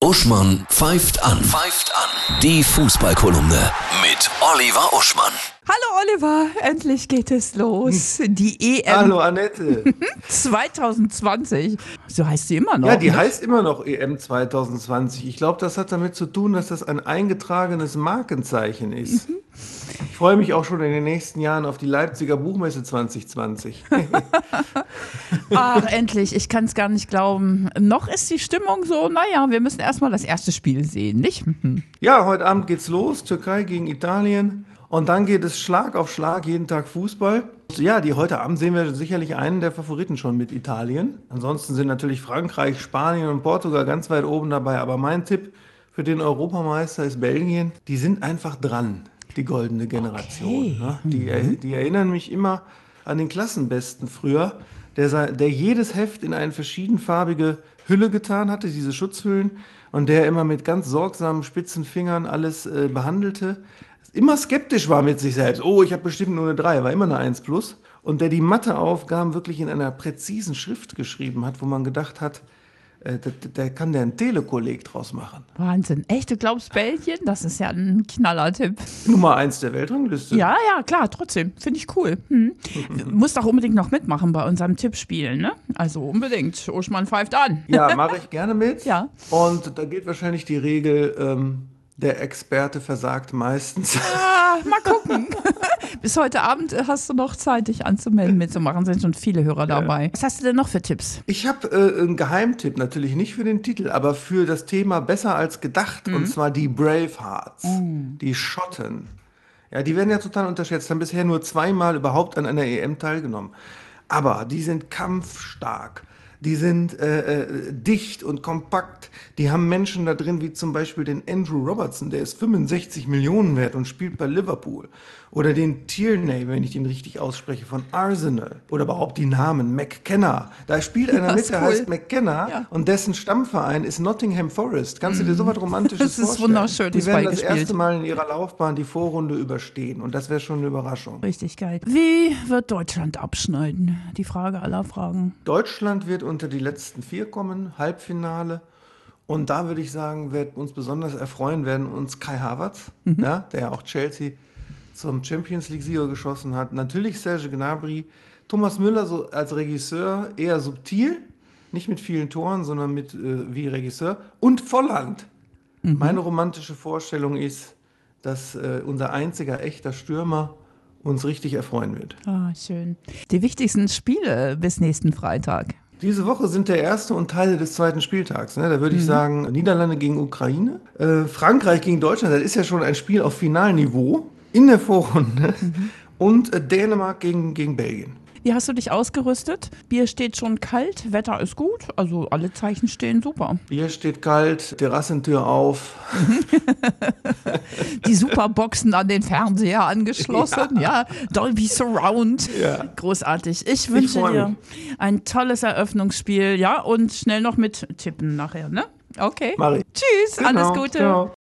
Uschmann pfeift an. Die Fußballkolumne mit Oliver Uschmann. Hallo Oliver, endlich geht es los. Die EM Hallo Annette. 2020. So heißt sie immer noch. Ja, die ne? heißt immer noch EM 2020. Ich glaube, das hat damit zu tun, dass das ein eingetragenes Markenzeichen ist. Ich freue mich auch schon in den nächsten Jahren auf die Leipziger Buchmesse 2020. Ach, endlich. Ich kann es gar nicht glauben. Noch ist die Stimmung so, naja, wir müssen erstmal das erste Spiel sehen, nicht? Ja, heute Abend geht's los. Türkei gegen Italien. Und dann geht es Schlag auf Schlag, jeden Tag Fußball. Ja, heute Abend sehen wir sicherlich einen der Favoriten schon mit Italien. Ansonsten sind natürlich Frankreich, Spanien und Portugal ganz weit oben dabei. Aber mein Tipp für den Europameister ist Belgien. Die sind einfach dran, die goldene Generation. Okay. Ne? Die erinnern mich immer an den Klassenbesten früher, der jedes Heft in eine verschiedenfarbige Hülle getan hatte, diese Schutzhüllen, und der immer mit ganz sorgsamen, spitzen Fingern alles behandelte. Immer skeptisch war mit sich selbst. Oh, ich habe bestimmt nur eine 3, war immer eine 1 plus. Und der die Matheaufgaben wirklich in einer präzisen Schrift geschrieben hat, wo man gedacht hat, da kann der einen Telekolleg draus machen. Wahnsinn. Echt, du glaubst Belgien? Das ist ja ein Knallertipp. Nummer 1 der Weltrangliste. Ja, klar, trotzdem. Finde ich cool. Musst doch unbedingt noch mitmachen bei unserem Tippspiel, ne? Also unbedingt. Uschmann pfeift an. Ja, mache ich gerne mit. Ja. Und da gilt wahrscheinlich die Regel, der Experte versagt meistens. Mal gucken. Bis heute Abend hast du noch Zeit, dich anzumelden, mitzumachen. Sind schon viele Hörer dabei. Was hast du denn noch für Tipps? Ich habe einen Geheimtipp, natürlich nicht für den Titel, aber für das Thema besser als gedacht. Und zwar die Bravehearts, die Schotten. Ja, die werden ja total unterschätzt, haben bisher nur 2-mal überhaupt an einer EM teilgenommen. Aber die sind kampfstark. Die sind dicht und kompakt. Die haben Menschen da drin, wie zum Beispiel den Andrew Robertson, der ist 65 Millionen wert und spielt bei Liverpool. Oder den Tierney, wenn ich den richtig ausspreche, von Arsenal. Oder überhaupt die Namen, McKenna. Da spielt einer Das mit, ist der cool. heißt McKenna, Ja. und dessen Stammverein ist Nottingham Forest. Kannst du dir so was Romantisches Das ist vorstellen? wunderschön, Die werden das Fußball erste Mal in ihrer Laufbahn die Vorrunde überstehen. Und das wäre schon eine Überraschung. Richtig geil. Wie wird Deutschland abschneiden? Die Frage aller Fragen. Deutschland wird unter die letzten 4 kommen, Halbfinale. Und da würde ich sagen, wird uns besonders erfreuen werden uns Kai Havertz, ja, der ja auch Chelsea zum Champions-League-Sieger geschossen hat. Natürlich Serge Gnabry, Thomas Müller so als Regisseur eher subtil, nicht mit vielen Toren, sondern wie Regisseur. Und Volland. Meine romantische Vorstellung ist, dass unser einziger echter Stürmer uns richtig erfreuen wird. Ah, schön. Die wichtigsten Spiele bis nächsten Freitag. Diese Woche sind der erste und Teile des zweiten Spieltags. Ne? Da würde ich sagen, Niederlande gegen Ukraine, Frankreich gegen Deutschland, das ist ja schon ein Spiel auf Finalniveau in der Vorrunde. Und Dänemark gegen Belgien. Wie hast du dich ausgerüstet? Bier steht schon kalt, Wetter ist gut, also alle Zeichen stehen super. Bier steht kalt, Terrassentür auf. Die Superboxen an den Fernseher angeschlossen, ja. Dolby Surround. Ja. Großartig. Ich wünsche freu dir mich. ein tolles Eröffnungsspiel, ja, und schnell noch mit tippen nachher, ne? Okay. Mach ich. Tschüss, alles Genau. Gute. Ciao.